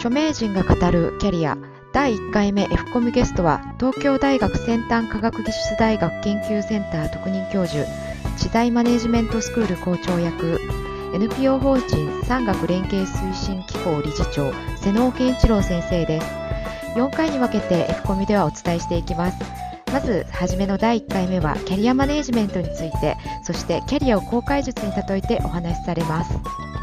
著名人が語るキャリア第1回目 F コミゲストは東京大学先端科学技術大学研究センター特任教授、知財マネジメントスクール校長役、 NPO 法人産学連携推進機構理事長瀬能健一郎先生です。4回に分けて F コミではお伝えしていきます。まず初めの第1回目はキャリアマネジメントについて、そしてキャリアを公開術に例えてお話しされます。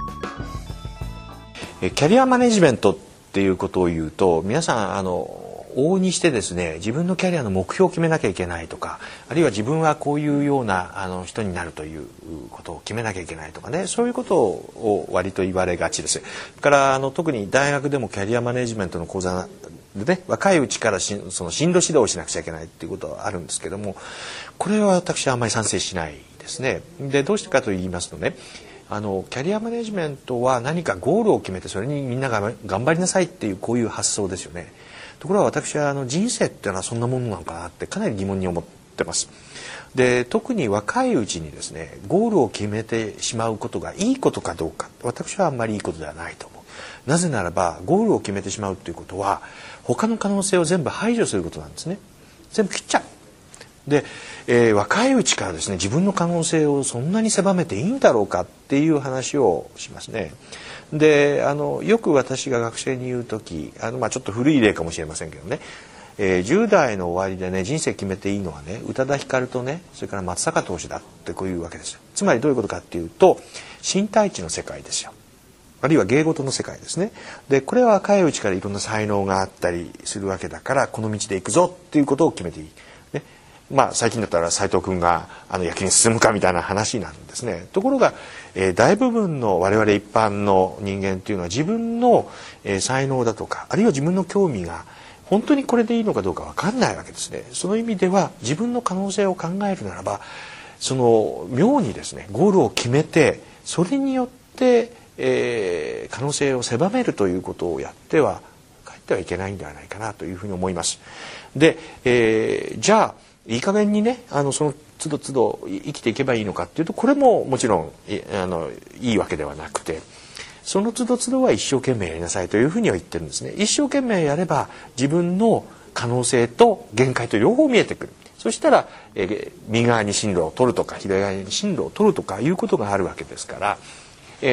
キャリアマネジメントっていうことを言うと、皆さん往々にしてですね、自分のキャリアの目標を決めなきゃいけないとか、あるいは自分はこういうような人になるということを決めなきゃいけないとかね、そういうことを割と言われがちです。から特に大学でもキャリアマネジメントの講座でね、若いうちからその進路指導をしなくちゃいけないっていうことはあるんですけども、これは私はあんまり賛成しないですね。で、どうしてかと言いますとね、キャリアマネジメントは何かゴールを決めてそれにみんなが頑張りなさいっていうこういう発想ですよね。ところが私は人生っていうのはそんなものなのかなってかなり疑問に思ってます。で、特に若いうちにですね、ゴールを決めてしまうことがいいことかどうか、私はあんまりいいことではないと思う。なぜならばゴールを決めてしまうということは他の可能性を全部排除することなんですね。全部切っちゃう。で、若いうちからですね、自分の可能性をそんなに狭めていいんだろうかっていう話をしますね。で、よく私が学生に言う時、ちょっと古い例かもしれませんけどね、10代の終わりでね、人生決めていいのはね、宇多田ヒカルとね、それから松坂投手だってこういうわけですよ。つまりどういうことかっていうと、身体知の世界ですよ。あるいは芸事の世界ですね。で、これは若いうちからいろんな才能があったりするわけだから、この道で行くぞっていうことを決めていい。ね、最近だったら斉藤君が野球に進むかみたいな話なんですね。ところが、大部分の我々一般の人間っていうのは自分の、才能だとか、あるいは自分の興味が本当にこれでいいのかどうか分かんないわけですね。その意味では自分の可能性を考えるならば、妙にですね、ゴールを決めてそれによって可能性を狭めるということをやってはかえってはいけないんではないかなというふうに思います。で、じゃあいい加減にね、その都度都度生きていけばいいのかっていうと、これももちろんいいわけではなくて、その都度都度は一生懸命やりなさいというふうには言ってるんですね。一生懸命やれば自分の可能性と限界と両方見えてくる。そしたら、右側に進路を取るとか左側に進路を取るとかいうことがあるわけですから、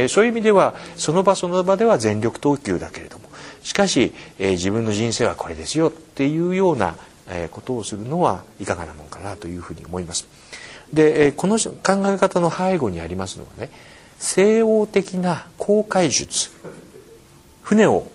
そういう意味ではその場その場では全力投球だけれども、しかし、自分の人生はこれですよっていうようなことをするのはいかがなもんかなというふうに思います。で、この考え方の背後にありますのはね、西欧的な航海術、船を、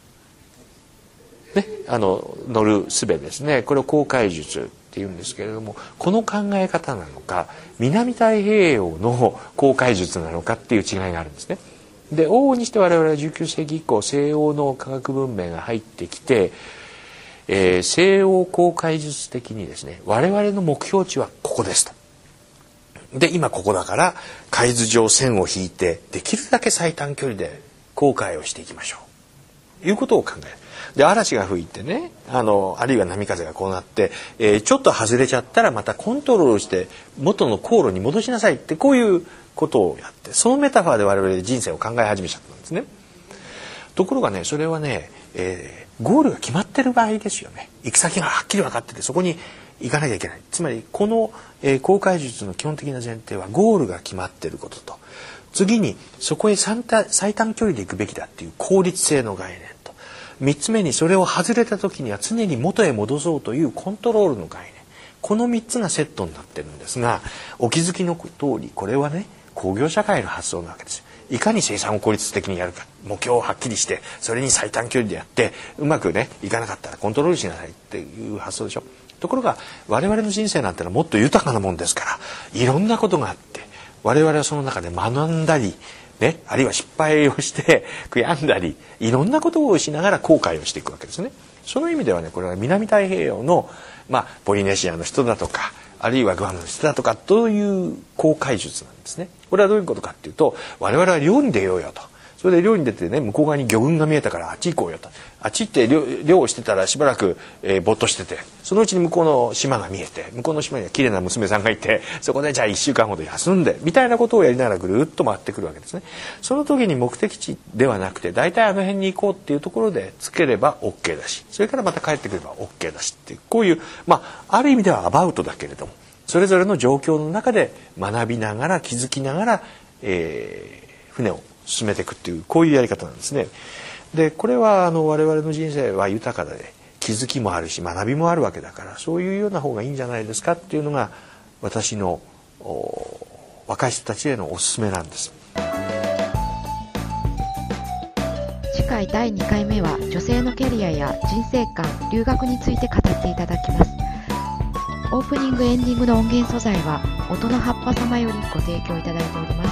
ね、乗る術ですね、これを航海術っていうんですけれども、この考え方なのか南太平洋の航海術なのかっていう違いがあるんですね。で、往々にして我々は19世紀以降西欧の科学文明が入ってきて、西欧航海術的にですね、我々の目標値はここですと。で、今ここだから海図上線を引いてできるだけ最短距離で航海をしていきましょうということを考える。で、嵐が吹いてね、あるいは波風がこうなって、ちょっと外れちゃったらまたコントロールして元の航路に戻しなさいって、こういうことをやって、そのメタファーで我々人生を考え始めちゃったんですね。ところがね、それはね、ゴールが決まってる場合ですよね。行く先がはっきり分かっててそこに行かなきゃいけない。つまりこの、航海術の基本的な前提はゴールが決まってることと、次にそこへ最短距離で行くべきだっていう効率性の概念と、3つ目にそれを外れた時には常に元へ戻そうというコントロールの概念、この3つがセットになってるんですが、お気づきの通りこれはね、工業社会の発想なわけですよ。いかに生産を効率的にやるか、目標をはっきりしてそれに最短距離でやって、うまくねいかなかったらコントロールしなさいっていう発想でしょ。ところが我々の人生なんてのはもっと豊かなもんですから、いろんなことがあって我々はその中で学んだりね、あるいは失敗をして悔やんだり、いろんなことをしながら後悔をしていくわけですね。その意味ではね、これは南太平洋の、ポリネシアの人だとか、あるいはグアムの人だとかという航海術なんですね。これはどういうことかっていうと、我々は漁に出ようよと。 それで漁に出てね、向こう側に魚群が見えたからあっち行こうよと。あっち行って漁をしてたらしばらく、ぼーっとしてて、そのうちに向こうの島が見えて、向こうの島には綺麗な娘さんがいて、そこでじゃあ1週間ほど休んでみたいなことをやりながらぐるっと回ってくるわけですね。その時に目的地ではなくて、大体あの辺に行こうっていうところでつければ OK だし、それからまた帰ってくれば OK だしっていう、こういう、ある意味ではアバウトだけれども、それぞれの状況の中で学びながら気づきながら、船を進めていくっていう、こういうやり方なんですね。でこれは我々の人生は豊かで気づきもあるし学びもあるわけだから、そういうような方がいいんじゃないですかっていうのが私の若い人たちへのおすすめなんです。 次回第2回目は女性のキャリアや人生観、留学について語っていただきます。オープニングエンディングの音源素材は音の葉っぱ様よりご提供いただいております。